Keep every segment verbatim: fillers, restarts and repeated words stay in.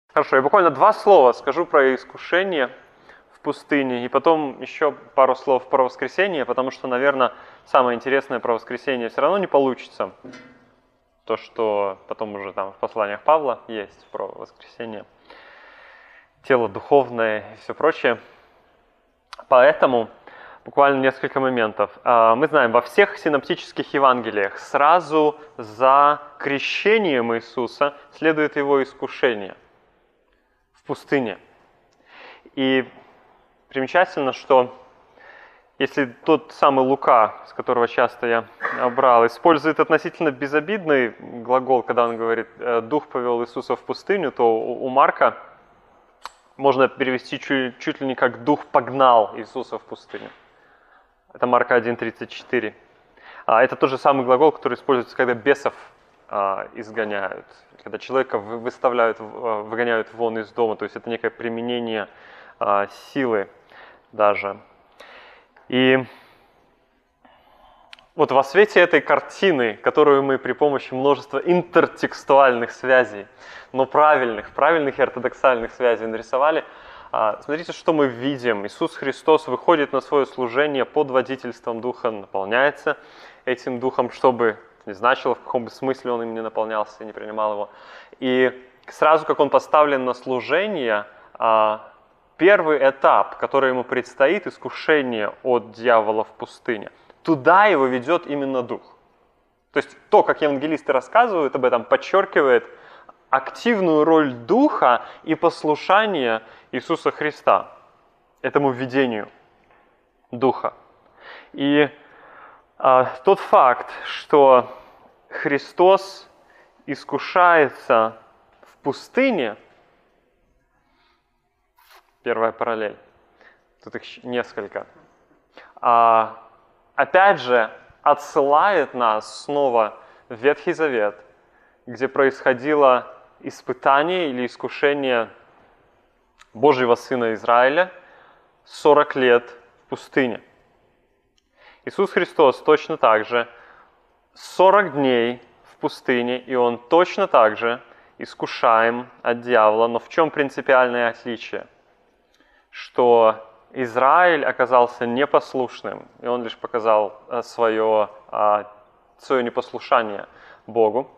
Хорошо, я буквально два слова скажу про искушение в пустыне, и потом еще пару слов про воскресение, потому что, наверное, самое интересное про воскресение все равно не получится. То, что потом уже там в посланиях Павла есть про воскресение, тело духовное и все прочее. Поэтому буквально несколько моментов. Мы знаем, во всех синоптических Евангелиях сразу за крещением Иисуса следует его искушение в пустыне. И примечательно, что если тот самый Лука, с которого часто я брал, использует относительно безобидный глагол, когда он говорит «Дух повел Иисуса в пустыню», то у Марка можно перевести чуть, чуть ли не как «Дух погнал Иисуса в пустыню». Это Марка один тридцать четыре. Это тот же самый глагол, который используется, когда бесов изгоняют, когда человека выставляют, выгоняют вон из дома. То есть это некое применение силы даже. И вот во свете этой картины, которую мы при помощи множества интертекстуальных связей, но правильных, правильных и ортодоксальных связей нарисовали, смотрите, что мы видим. Иисус Христос выходит на свое служение под водительством Духа, наполняется этим Духом, чтобы не значило, в каком бы смысле он им не наполнялся и не принимал его. И сразу, как он поставлен на служение, первый этап, который ему предстоит, искушение от дьявола в пустыне, туда его ведет именно Дух. То есть то, как евангелисты рассказывают об этом, подчеркивает активную роль Духа и послушания Иисуса Христа этому видению Духа. И а, тот факт, что Христос искушается в пустыне, первая параллель, тут их несколько, а, опять же отсылает нас снова в Ветхий Завет, где происходило испытание или искушение Божьего Сына Израиля сорок лет в пустыне. Иисус Христос точно так же сорок дней в пустыне, и Он точно так же искушаем от дьявола. Но в чем принципиальное отличие? Что Израиль оказался непослушным, и он лишь показал свое, свое непослушание Богу.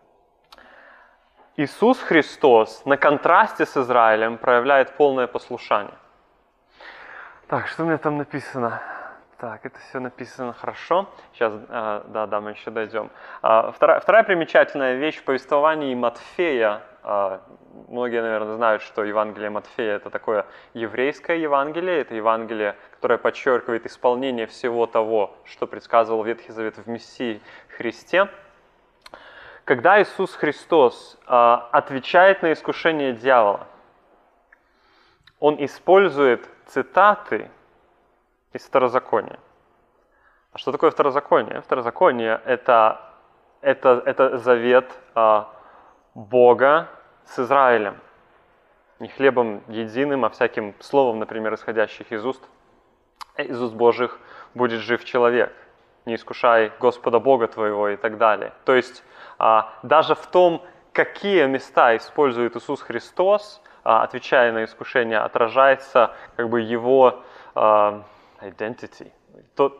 Иисус Христос на контрасте с Израилем проявляет полное послушание. Так, что у меня там написано? Так, это все написано хорошо. Сейчас, да, да, мы еще дойдем. Вторая, вторая примечательная вещь в повествовании Матфея. Многие, наверное, знают, что Евангелие Матфея – это такое еврейское Евангелие. Это Евангелие, которое подчеркивает исполнение всего того, что предсказывал Ветхий Завет в Мессии Христе. Когда Иисус Христос отвечает на искушение дьявола, Он использует цитаты из Второзакония. А что такое Второзаконие? Второзаконие – это, это, это завет а, Бога с Израилем. Не хлебом единым, а всяким словом, например, исходящих из уст, из уст Божьих будет жив человек. Не искушай Господа Бога твоего и так далее. То есть а, даже в том, какие места использует Иисус Христос, а, отвечая на искушение, отражается как бы его а, identity. Тот...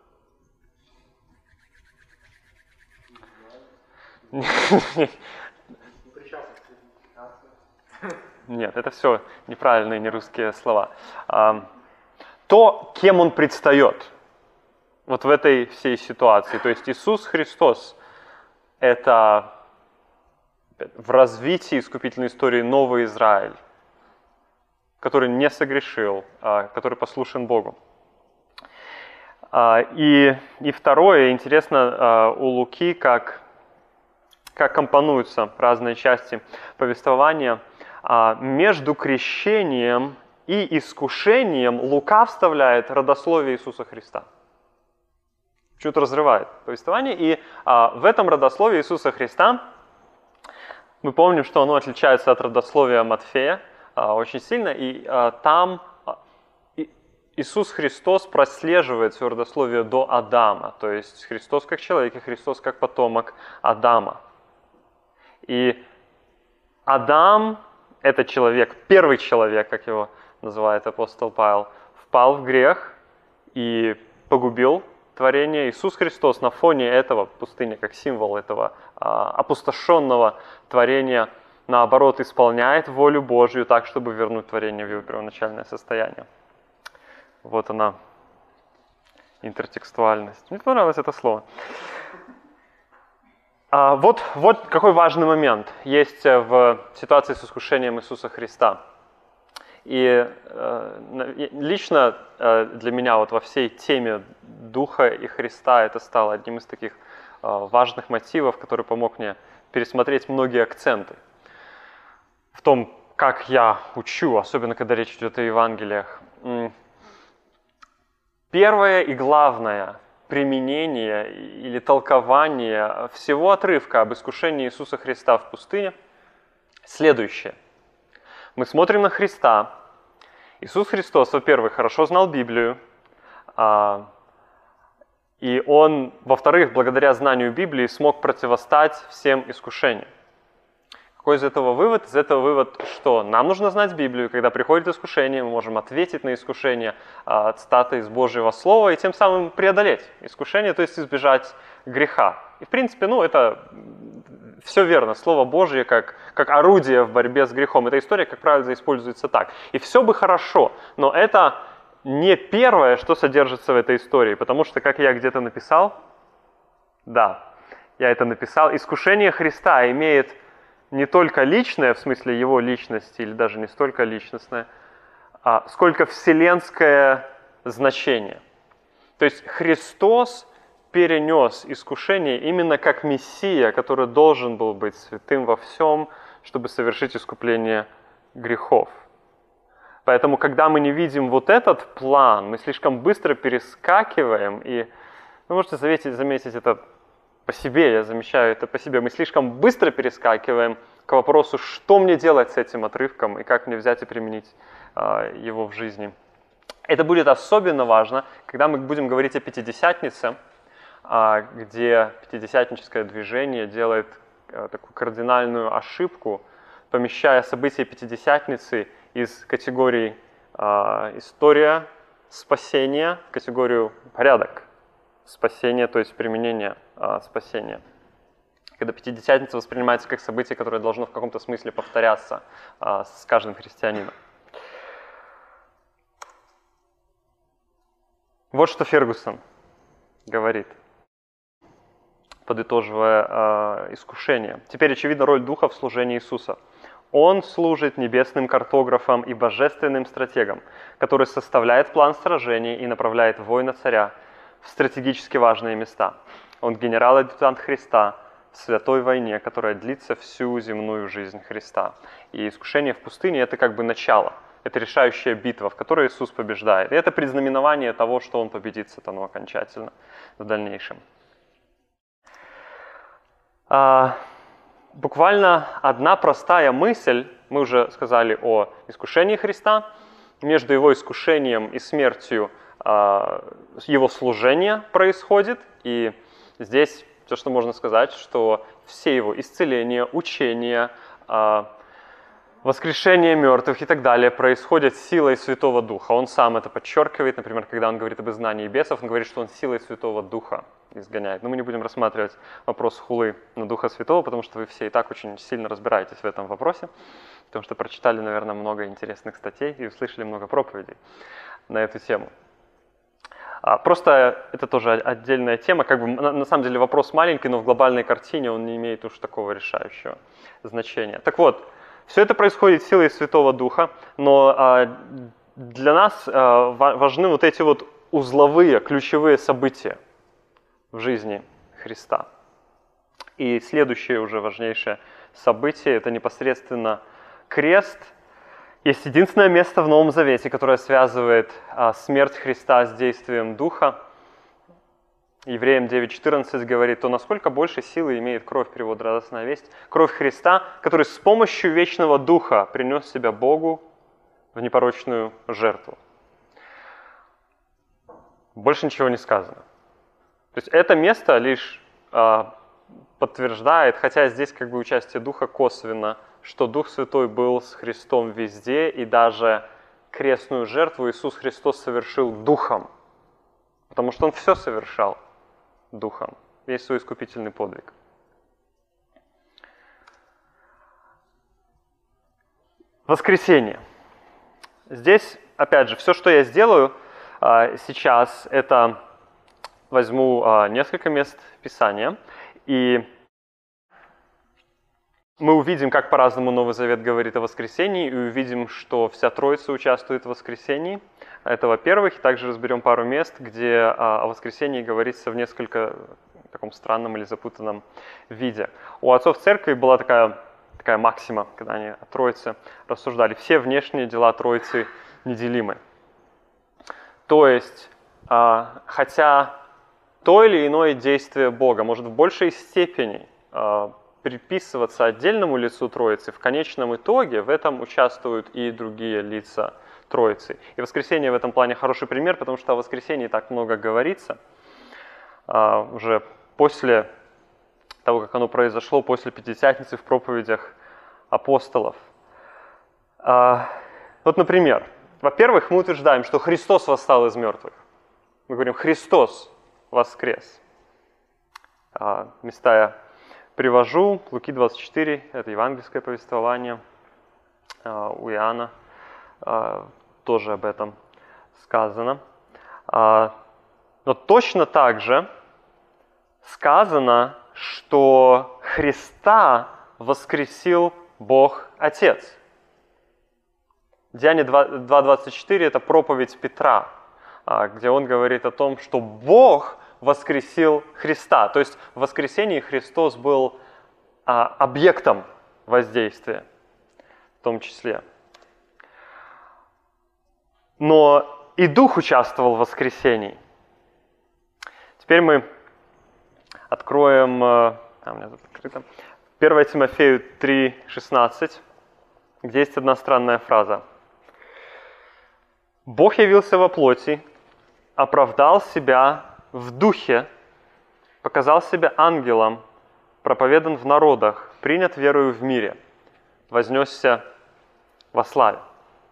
Нет, это все неправильные нерусские слова. То, кем он предстает вот в этой всей ситуации. То есть Иисус Христос – это в развитии искупительной истории новый Израиль, который не согрешил, который послушен Богу. И, и второе, интересно у Луки, как, как компонуются разные части повествования. Между крещением и искушением Лука вставляет родословие Иисуса Христа. Чуть разрывает повествование. И в этом родословии Иисуса Христа мы помним, что оно отличается от родословия Матфея очень сильно. И там Иисус Христос прослеживает свое родословие до Адама, то есть Христос как человек и Христос как потомок Адама. И Адам этот человек, первый человек, как его называет апостол Павел, впал в грех и погубил творение. Иисус Христос на фоне этого, пустыня как символ этого а, опустошенного творения, наоборот, исполняет волю Божью так, чтобы вернуть творение в его первоначальное состояние. Вот она, интертекстуальность. Мне понравилось это слово. А, вот, вот какой важный момент есть в ситуации с искушением Иисуса Христа. И э, лично э, для меня вот во всей теме Духа и Христа это стало одним из таких э, важных мотивов, который помог мне пересмотреть многие акценты в том, как я учу, особенно когда речь идет о Евангелиях. Первое и главное применение или толкование всего отрывка об искушении Иисуса Христа в пустыне следующее. Мы смотрим на Христа. Иисус Христос, во-первых, хорошо знал Библию, и Он, во-вторых, благодаря знанию Библии смог противостать всем искушениям. Какой из этого вывод? Из этого вывод, что нам нужно знать Библию, когда приходит искушение, мы можем ответить на искушение цитатой из Божьего Слова и тем самым преодолеть искушение, то есть избежать греха. И в принципе, ну, это все верно. Слово Божье как, как орудие в борьбе с грехом. Эта история, как правило, используется так. И все бы хорошо, но это не первое, что содержится в этой истории, потому что, как я где-то написал, да, я это написал, искушение Христа имеет не только личное, в смысле его личности, или даже не столько личностное, а сколько вселенское значение. То есть Христос перенес искушение именно как Мессия, который должен был быть святым во всем, чтобы совершить искупление грехов. Поэтому, когда мы не видим вот этот план, мы слишком быстро перескакиваем, и вы можете заметить, заметить это по себе, я замечаю это по себе, мы слишком быстро перескакиваем к вопросу, что мне делать с этим отрывком и как мне взять и применить э, его в жизни. Это будет особенно важно, когда мы будем говорить о Пятидесятнице, э, где пятидесятническое движение делает э, такую кардинальную ошибку, помещая события Пятидесятницы из категории э, история спасения в категорию порядок спасения, то есть применение э, спасения. Когда Пятидесятница воспринимается как событие, которое должно в каком-то смысле повторяться э, с каждым христианином. Вот что Фергюсон говорит, подытоживая э, искушение. Теперь очевидна роль Духа в служении Иисуса. Он служит небесным картографом и божественным стратегом, который составляет план сражений и направляет воина царя в стратегически важные места. Он генерал-адъютант Христа в святой войне, которая длится всю земную жизнь Христа. И искушение в пустыне – это как бы начало, это решающая битва, в которой Иисус побеждает. И это предзнаменование того, что Он победит сатану окончательно в дальнейшем. А, буквально одна простая мысль, мы уже сказали о искушении Христа, между Его искушением и смертью Его служение происходит, и здесь все, что можно сказать, что все Его исцеления, учения, воскрешение мертвых и так далее происходят силой Святого Духа. Он сам это подчеркивает, например, когда он говорит об изгнании бесов, он говорит, что он силой Святого Духа изгоняет. Но мы не будем рассматривать вопрос хулы на Духа Святого, потому что вы все и так очень сильно разбираетесь в этом вопросе, потому что прочитали, наверное, много интересных статей и услышали много проповедей на эту тему. Просто это тоже отдельная тема, как бы на самом деле вопрос маленький, но в глобальной картине он не имеет уж такого решающего значения. Так вот, все это происходит силой Святого Духа, но для нас важны вот эти вот узловые, ключевые события в жизни Христа. И следующее уже важнейшее событие – это непосредственно крест. Есть единственное место в Новом Завете, которое связывает а, смерть Христа с действием Духа. Евреям девять четырнадцать говорит, то насколько больше силы имеет кровь, перевод «Радостная весть», кровь Христа, который с помощью вечного Духа принес себя Богу в непорочную жертву. Больше ничего не сказано. То есть это место лишь а, подтверждает, хотя здесь как бы участие Духа косвенно что Дух Святой был с Христом везде, и даже крестную жертву Иисус Христос совершил Духом, потому что Он все совершал Духом, весь свой искупительный подвиг. Воскресение. Здесь, опять же, все, что я сделаю а, сейчас, это возьму а, несколько мест Писания, и мы увидим, как по-разному Новый Завет говорит о воскресении, и увидим, что вся Троица участвует в воскресении. Это во-первых, и также разберем пару мест, где а, о воскресении говорится в несколько таком странном или запутанном виде. У отцов церкви была такая такая максима, когда они о Троице рассуждали. Все внешние дела Троицы неделимы. То есть, хотя то или иное действие Бога может в большей степени приписываться отдельному лицу Троицы, в конечном итоге в этом участвуют и другие лица Троицы. И воскресение в этом плане хороший пример, потому что о воскресении так много говорится. Уже после того, как оно произошло после Пятидесятницы в проповедях апостолов. А, вот, например, во-первых, мы утверждаем, что Христос восстал из мертвых. Мы говорим, Христос воскрес. А, места я привожу. Луки двадцать четыре, это евангельское повествование. А, у Иоанна а, тоже об этом сказано. А, но точно так же сказано, что Христа воскресил Бог Отец. Деяние два двадцать четыре – это проповедь Петра, где он говорит о том, что Бог воскресил Христа. То есть в воскресении Христос был объектом воздействия в том числе. Но и Дух участвовал в воскресении. Теперь мы откроем, а, у меня тут открыто, первое Тимофею три шестнадцать, где есть одна странная фраза. «Бог явился во плоти, оправдал себя в духе, показал себя ангелом, проповедан в народах, принят верою в мире, вознесся во славе».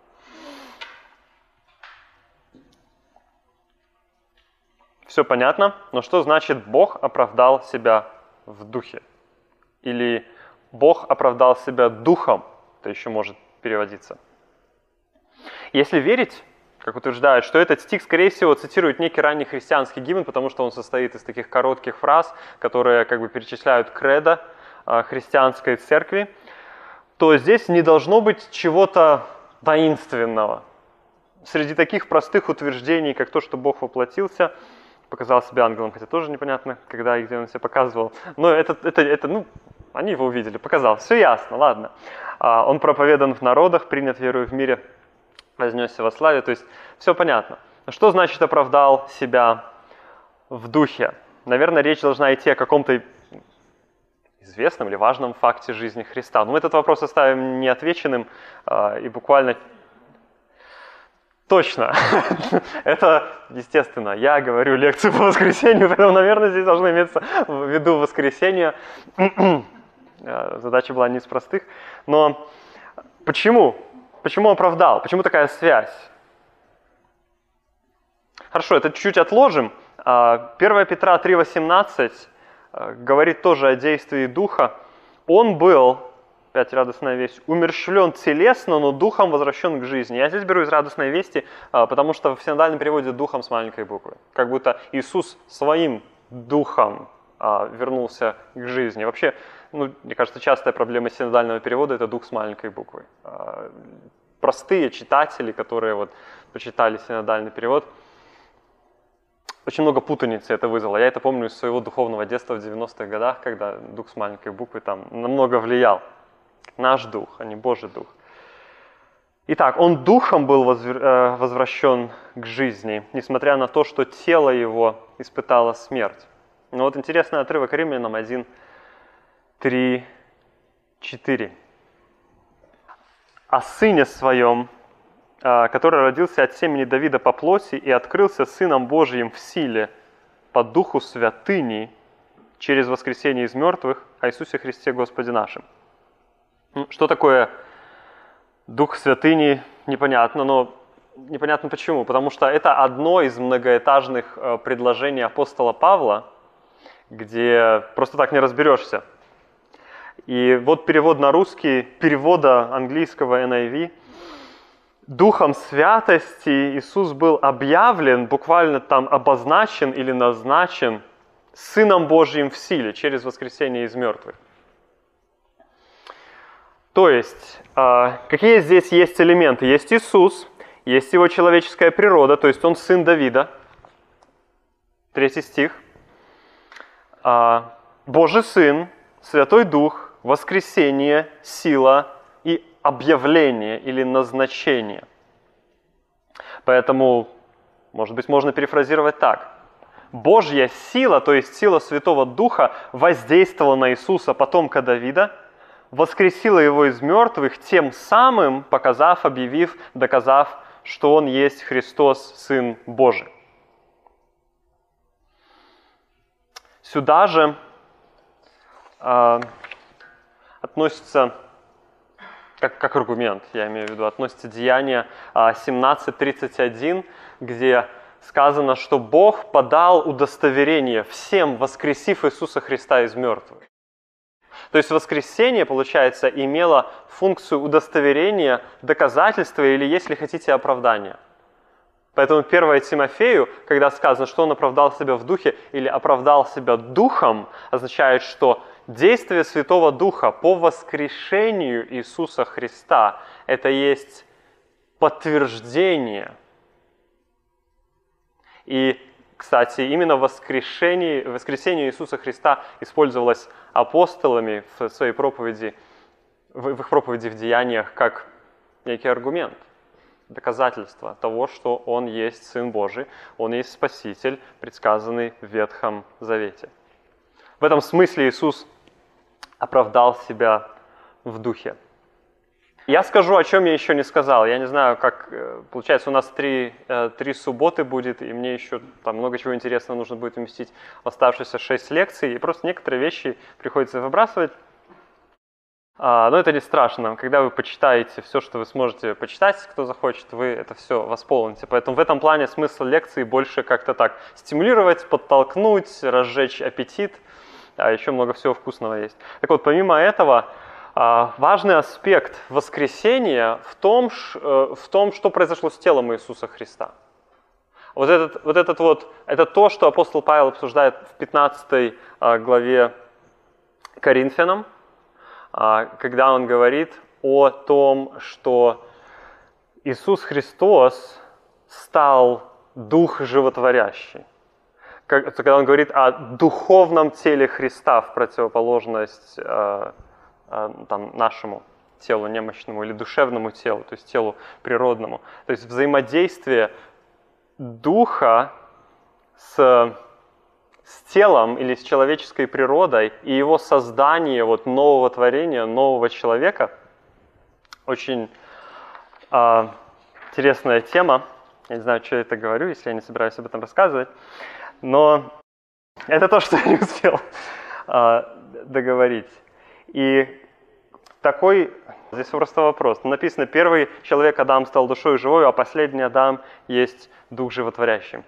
Все понятно, но что значит Бог оправдал себя в духе? Или Бог оправдал себя духом, это еще может переводиться. Если верить, как утверждают, что этот стих, скорее всего, цитирует некий ранний христианский гимн, потому что он состоит из таких коротких фраз, которые как бы перечисляют кредо христианской церкви, то здесь не должно быть чего-то таинственного. Среди таких простых утверждений, как то, что Бог воплотился, показал себя ангелом, хотя тоже непонятно, когда и где он себя показывал. Но это, это, это ну, они его увидели, показал. Все ясно, ладно. А, он проповедан в народах, принят верою в мире, вознесся во славе. То есть все понятно. Что значит оправдал себя в духе? Наверное, речь должна идти о каком-то известном или важном факте жизни Христа. Но мы этот вопрос оставим неотвеченным а, и буквально... Точно. Это, естественно, я говорю лекцию по воскресенью, поэтому, наверное, здесь должно иметься в виду воскресенье. Задача была не из простых. Но почему? Почему оправдал? Почему такая связь? Хорошо, это чуть-чуть отложим. первое Петра три восемнадцать говорит тоже о действии Духа. Он был... Опять радостная весть. Умерщвлен телесно, но духом возвращен к жизни. Я здесь беру из радостной вести, потому что в синодальном переводе духом с маленькой буквы. Как будто Иисус своим духом вернулся к жизни. Вообще, ну, мне кажется, частая проблема синодального перевода – это дух с маленькой буквы. Простые читатели, которые вот почитали синодальный перевод, очень много путаницы это вызвало. Я это помню из своего духовного детства в девяностых годах, когда дух с маленькой буквы там намного влиял. Наш дух, а не Божий дух. Итак, он духом был возвращен к жизни, несмотря на то, что тело его испытало смерть. Но вот интересный отрывок Римлянам один, три, четыре. «О сыне своем, который родился от семени Давида по плоти и открылся Сыном Божиим в силе, по духу святыни, через воскресение из мертвых, о Иисусе Христе Господе нашим». Что такое Дух Святыни, непонятно, но непонятно почему. Потому что это одно из многоэтажных предложений апостола Павла, где просто так не разберешься. И вот перевод на русский, перевода английского эн ай ви. Духом святости Иисус был объявлен, буквально там обозначен или назначен Сыном Божьим в силе через воскресение из мертвых. То есть, какие здесь есть элементы? Есть Иисус, есть Его человеческая природа, то есть Он сын Давида. Третий стих. Божий Сын, Святой Дух, воскресение, сила и объявление или назначение. Поэтому, может быть, можно перефразировать так. Божья сила, то есть сила Святого Духа, воздействовала на Иисуса, потомка Давида, воскресила Его из мертвых, тем самым показав, объявив, доказав, что Он есть Христос, Сын Божий. Сюда же э, относится, как, как аргумент, я имею в виду, относится Деяние семнадцать тридцать один, где сказано, что Бог подал удостоверение всем, воскресив Иисуса Христа из мертвых. То есть воскресение, получается, имело функцию удостоверения, доказательства или, если хотите, оправдания. Поэтому первое Тимофею, когда сказано, что он оправдал себя в духе или оправдал себя духом, означает, что действие Святого Духа по воскрешению Иисуса Христа – это есть подтверждение. И, кстати, именно воскрешение, воскресение Иисуса Христа использовалось апостолами в своей проповеди, в их проповеди в Деяниях как некий аргумент. Доказательство того, что Он есть Сын Божий, Он есть Спаситель, предсказанный в Ветхом Завете. В этом смысле Иисус оправдал себя в Духе. Я скажу, о чем я еще не сказал. Я не знаю, как... Получается, у нас три, три субботы будет, и мне еще там много чего интересного нужно будет уместить в оставшиеся шесть лекций, и просто некоторые вещи приходится выбрасывать. Но это не страшно. Когда вы почитаете все, что вы сможете почитать, кто захочет, вы это все восполните. Поэтому в этом плане смысл лекции больше как-то так стимулировать, подтолкнуть, разжечь аппетит. А еще много всего вкусного есть. Так вот, помимо этого, важный аспект воскресения в том, в том, что произошло с телом Иисуса Христа. Вот этот вот, этот вот это то, что апостол Павел обсуждает в пятнадцатой главе Коринфянам, когда он говорит о том, что Иисус Христос стал Дух животворящий. Когда он говорит о духовном теле Христа в противоположность э, э, там, нашему телу немощному или душевному телу, то есть телу природному. То есть взаимодействие Духа с... с телом или с человеческой природой и его создание вот, нового творения, нового человека. Очень э, интересная тема. Я не знаю, что я это говорю, если я не собираюсь об этом рассказывать. Но это то, что я не успел э, договорить. И такой, здесь просто вопрос. Написано, первый человек Адам стал душой живой, а последний Адам есть дух животворящий.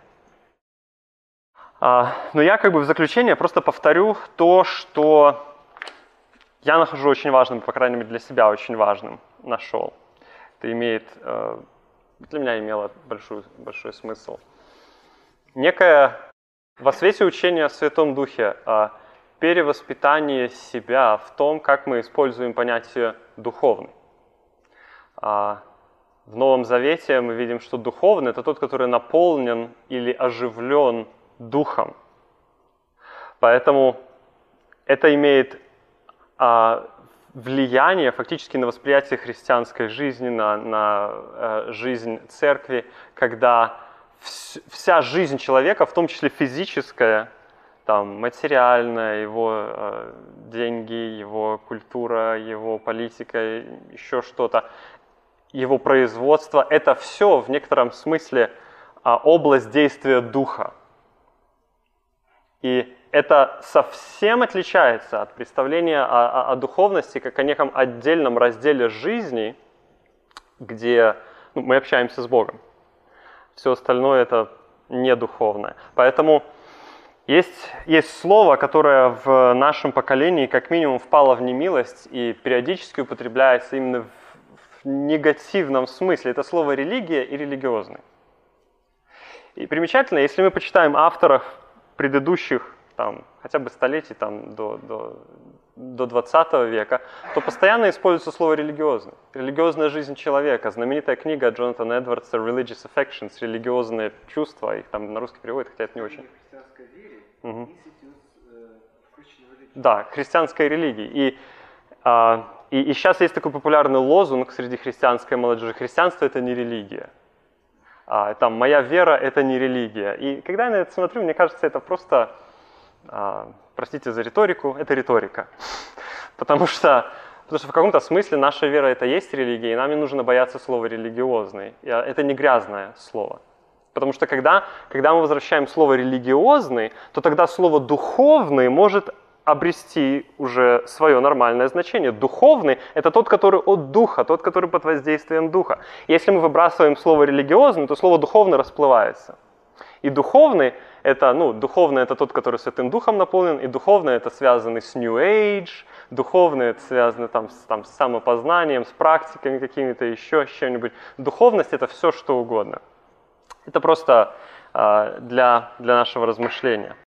Но я как бы в заключение просто повторю то, что я нахожу очень важным, по крайней мере для себя очень важным, нашел. Это имеет, для меня имело большой, большой смысл. Некое во свете учения о Святом Духе перевоспитание себя в том, как мы используем понятие «духовный». В Новом Завете мы видим, что духовный – это тот, который наполнен или оживлен Духом. Поэтому это имеет а, влияние фактически на восприятие христианской жизни, на, на а, жизнь церкви, когда вс- вся жизнь человека, в том числе физическая, там, материальная, его а, деньги, его культура, его политика, еще что-то, его производство, это все в некотором смысле а, область действия Духа. И это совсем отличается от представления о, о, о духовности как о неком отдельном разделе жизни, где ну, мы общаемся с Богом. Все остальное это не духовное. Поэтому есть, есть слово, которое в нашем поколении как минимум впало в немилость и периодически употребляется именно в, в негативном смысле. Это слово «религия» и «религиозный». И примечательно, если мы почитаем авторов предыдущих там, хотя бы столетий там, до, до, до двадцатого века, то постоянно используется слово «религиозный». Религиозная жизнь человека. Знаменитая книга Джонатана Эдвардса «Religious Affections», религиозные чувства, их там на русский переводят, хотя это не очень. Угу. Да, христианской религии. И, а, и, и сейчас есть такой популярный лозунг среди христианской молодежи: христианство — это не религия. А, там, моя вера — это не религия. И когда я на это смотрю, мне кажется, это просто, а, простите за риторику, это риторика. Потому что, потому что в каком-то смысле наша вера — это есть религия, и нам не нужно бояться слова «религиозный». Это не грязное слово. Потому что когда, когда мы возвращаем слово «религиозный», то тогда слово «духовный» может обрести уже свое нормальное значение. Духовный — это тот, который от духа, тот, который под воздействием духа. Если мы выбрасываем слово «религиозный», то слово «духовный» расплывается. И духовный — это, ну, духовный — это тот, который Святым Духом наполнен, и духовный — это связанный с New Age, духовный — это связано там, с, там, с самопознанием, с практиками какими-то, еще с чем-нибудь. Духовность — это все, что угодно. Это просто э, для, для нашего размышления.